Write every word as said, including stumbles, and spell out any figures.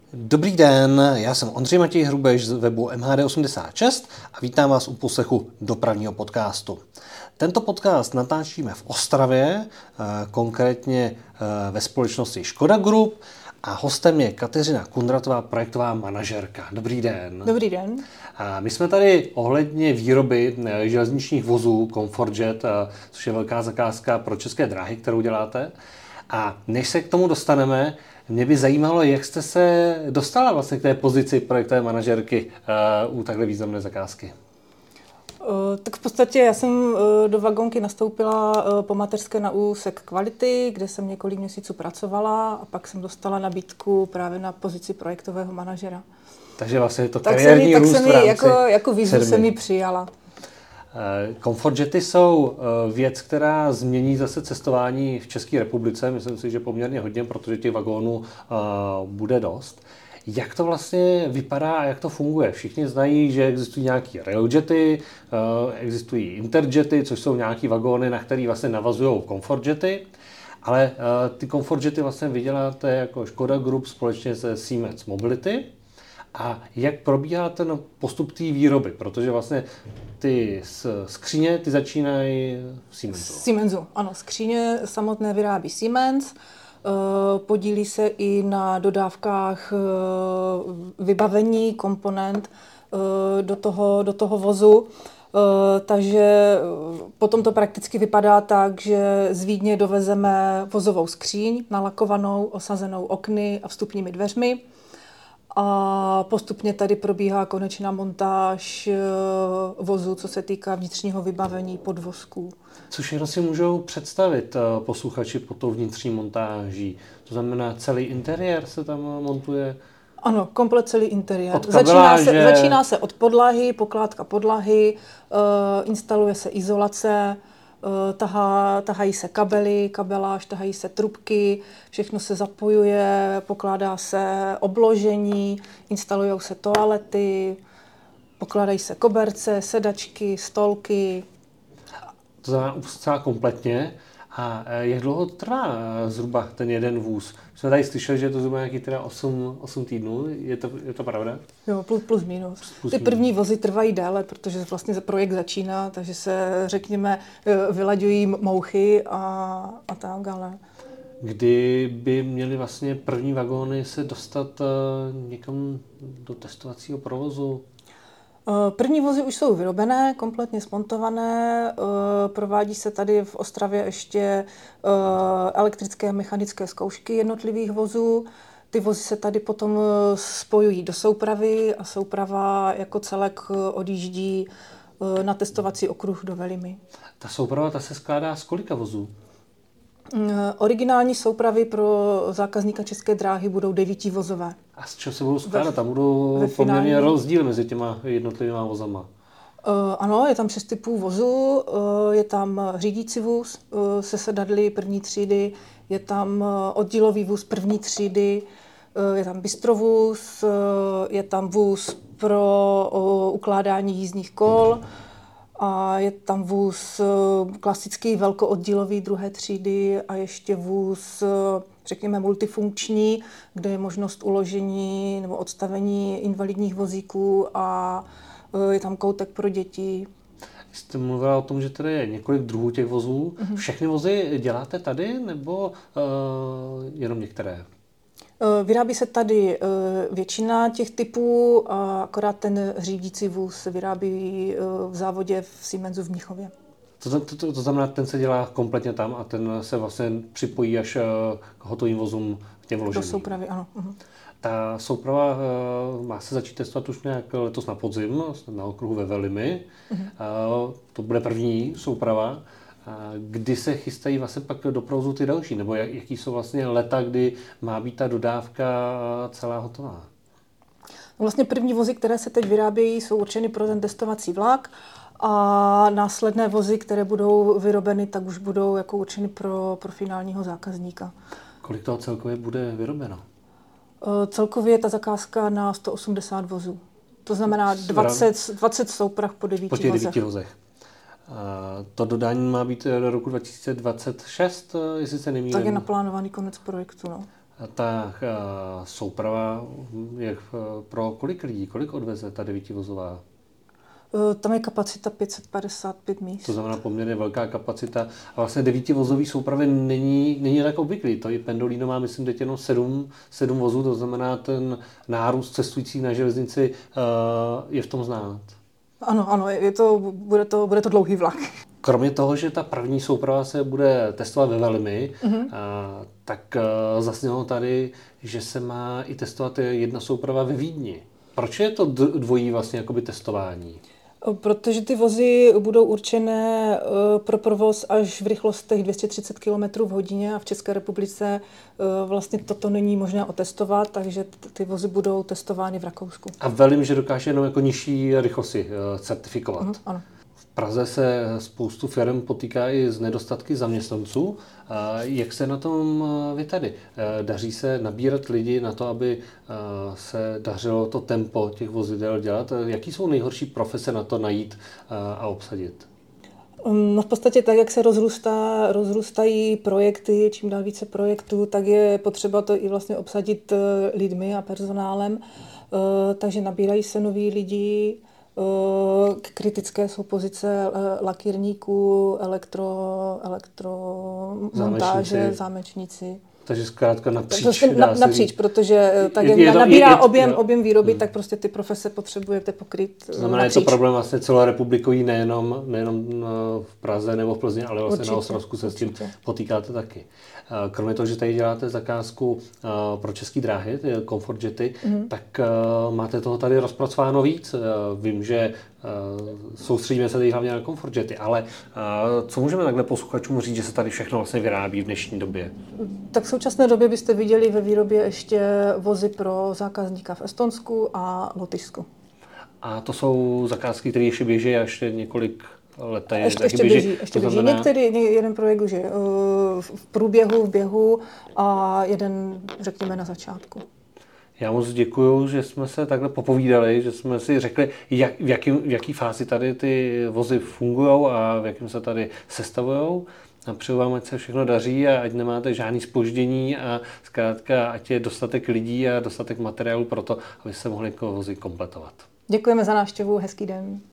Dobrý den, já jsem Ondřej Matěj Hrubeš z webu M H D osmdesát šest a vítám vás u poslechu dopravního podcastu. Tento podcast natáčíme v Ostravě, konkrétně ve společnosti Škoda Group, a hostem je Kateřina Kundratová, projektová manažerka. Dobrý den. Dobrý den. A my jsme tady ohledně výroby železničních vozů ComfortJet, což je velká zakázka pro České dráhy, kterou děláte. A než se k tomu dostaneme, mě by zajímalo, jak jste se dostala vlastně k té pozici projektové manažerky uh, u takhle významné zakázky. Uh, tak v podstatě já jsem uh, do Vagonky nastoupila uh, po mateřské na úsek kvality, kde jsem několik měsíců pracovala a pak jsem dostala nabídku právě na pozici projektového manažera. Takže vlastně je to tak kariérní růst tak v rámci jako, jako výzvu se mi přijala. ComfortJety jsou věc, která změní zase cestování v České republice. Myslím si, že poměrně hodně, protože těch vagónů uh, bude dost. Jak to vlastně vypadá a jak to funguje? Všichni znají, že existují nějaké railjety, uh, existují interjety, což jsou nějaké vagóny, na které vlastně navazují ComfortJety. Ale uh, ty ComfortJety vlastně vyděláte jako Škoda Group společně se Siemens Mobility. A jak probíhá ten postup té výroby? Protože vlastně ty skříně, ty začínají v Siemensu. Siemensu, ano. Skříně samotné vyrábí Siemens. Podílí se i na dodávkách vybavení, komponent do toho, do toho vozu. Takže potom to prakticky vypadá tak, že z Vídně dovezeme vozovou skříň nalakovanou, osazenou okny a vstupními dveřmi. A postupně tady probíhá konečná montáž vozu, co se týká vnitřního vybavení podvozků. Co všechno si můžou představit posluchači pod tou vnitřní montáží? To znamená, celý interiér se tam montuje? Ano, komplet celý interiér. Od začíná, se, začíná se od podlahy, pokládka podlahy, uh, instaluje se izolace, uh, tahá, tahají se kabely, kabeláž, tahají se trubky, všechno se zapojuje, pokládá se obložení, instalují se toalety, pokládají se koberce, sedačky, stolky. To znamená zcela kompletně. A jak dlouho trvá zhruba ten jeden vůz? Jsme tady slyšeli, že je to zhruba nějaký teda osm týdnů. Je to, je to pravda? Jo, plus, plus minus. Plus Ty minus. první vozy trvají déle, protože vlastně projekt začíná, takže se, řekněme, vylaďují mouchy a, a tak, ale... Kdy by měly vlastně první vagóny se dostat někam do testovacího provozu? První vozy už jsou vyrobené, kompletně smontované. Provádí se tady v Ostravě ještě elektrické a mechanické zkoušky jednotlivých vozů. Ty vozy se tady potom spojují do soupravy a souprava jako celek odjíždí na testovací okruh do Velimy. Ta souprava ta se skládá z kolika vozů? Originální soupravy pro zákazníka České dráhy budou devítívozové. A z čeho se budou skládat? Tam budou poměrně rozdíly mezi těma jednotlivými vozama. Uh, ano, je tam šest typů vozů, uh, je tam řídící vůz uh, se sedadly první třídy, je tam uh, oddílový vůz první třídy, uh, je tam bystrovůz, uh, je tam vůz pro uh, ukládání jízdních kol, a je tam vůz klasický velkooddílový druhé třídy a ještě vůz, řekněme, multifunkční, kde je možnost uložení nebo odstavení invalidních vozíků a je tam koutek pro děti. Jste mluvila o tom, že tady je několik druhů těch vozů. Mm-hmm. Všechny vozy děláte tady nebo uh, jenom některé? Vyrábí se tady většina těch typů, akorát ten řídící vůz se vyrábí v závodě v Siemensu v Mnichově. To, to, to, to znamená, ten se dělá kompletně tam a ten se vlastně připojí až k hotovým vozům k těm vloženým. Do soupravy, ano. Uh-huh. Ta souprava uh, má se začít testovat už nějak letos na podzim, na okruhu ve Velimy. Uh-huh. Uh, to bude první souprava. Kdy se chystají vlastně pak do provozu ty další? Nebo jaký jsou vlastně leta, kdy má být ta dodávka celá hotová? Vlastně první vozy, které se teď vyrábějí, jsou určeny pro ten testovací vlak a následné vozy, které budou vyrobeny, tak už budou jako určeny pro, pro finálního zákazníka. Kolik toho celkově bude vyrobeno? Celkově je ta zakázka na sto osmdesát vozů. To znamená dvacet, dvacet souprav po devíti vozech. Po těch devíti vozech. To dodání má být do roku dva tisíce dvacet šest, jestli se nemýlím. Tak je naplánovaný konec projektu. No. ta souprava je pro kolik lidí, kolik odveze ta devítivozová? Tam je kapacita pět set padesát pět míst. To znamená poměrně velká kapacita. A vlastně devítivozový soupravy není, není tak obvyklý. To i Pendolino má, myslím, teď jenom sedm, sedm vozů, to znamená ten nárůst cestujících na železnici uh, je v tom znát. Ano, ano, je to, bude, to, bude to dlouhý vlak. Kromě toho, že ta první souprava se bude testovat ve Velimi, mm-hmm. a, tak a, zasnělo tady, že se má i testovat jedna souprava ve Vídni. Proč je to dvojí vlastně jakoby testování? Protože ty vozy budou určené pro provoz až v rychlostech dvě stě třicet kilometrů v hodině a v České republice vlastně toto není možné otestovat, takže ty vozy budou testovány v Rakousku. A velím, že dokáže jenom jako nižší rychlosti certifikovat. Uh, ano. V Praze se spoustu firm potýká i s nedostatky zaměstnanců. Jak se na tom vy tady? Daří se nabírat lidi na to, aby se dařilo to tempo těch vozidel dělat? Jaký jsou nejhorší profese na to najít a obsadit? No v podstatě tak, jak se rozrůstá, rozrůstají projekty, čím dál více projektů, tak je potřeba to i vlastně obsadit lidmi a personálem. Takže nabírají se noví lidi. Kritické jsou pozice lakírníků, elektro, elektromontáže, zámečníci. Takže zkrátka napříč. Prostě na, napříč, protože tak, jak je to, nabírá je, je, objem, je, objem výroby, hmm. tak prostě ty profese potřebujete pokryt. To znamená, napříč. Je to problém vlastně celorepublikový, nejenom, nejenom v Praze nebo v Plzni, ale vlastně určitě, na Ostravsku se určitě. S tím potýkáte taky. Kromě toho, že tady děláte zakázku pro České dráhy, ty Comfort Jety, mm. tak máte toho tady rozpracováno víc. Vím, že soustředíme se tady hlavně na Comfort Jety, ale co můžeme takhle posluchačům říct, že se tady všechno vlastně vyrábí v dnešní době? Tak v současné době byste viděli ve výrobě ještě vozy pro zákazníka v Estonsku a Lotyšsku. A to jsou zakázky, které ještě běží a ještě několik let je ještě, ještě běží. běží, ještě běží. Znamená... Některý, jeden projekt už je v průběhu, v běhu a jeden, řekněme, na začátku. Já moc děkuju, že jsme se takhle popovídali, že jsme si řekli, jak, v, jaký, v jaký fázi tady ty vozy fungují a v jakém se tady sestavují. A přeju vám, ať se všechno daří a ať nemáte žádný zpoždění a zkrátka, ať je dostatek lidí a dostatek materiálu pro to, aby se mohli vozy kompletovat. Děkujeme za návštěvu, hezký den.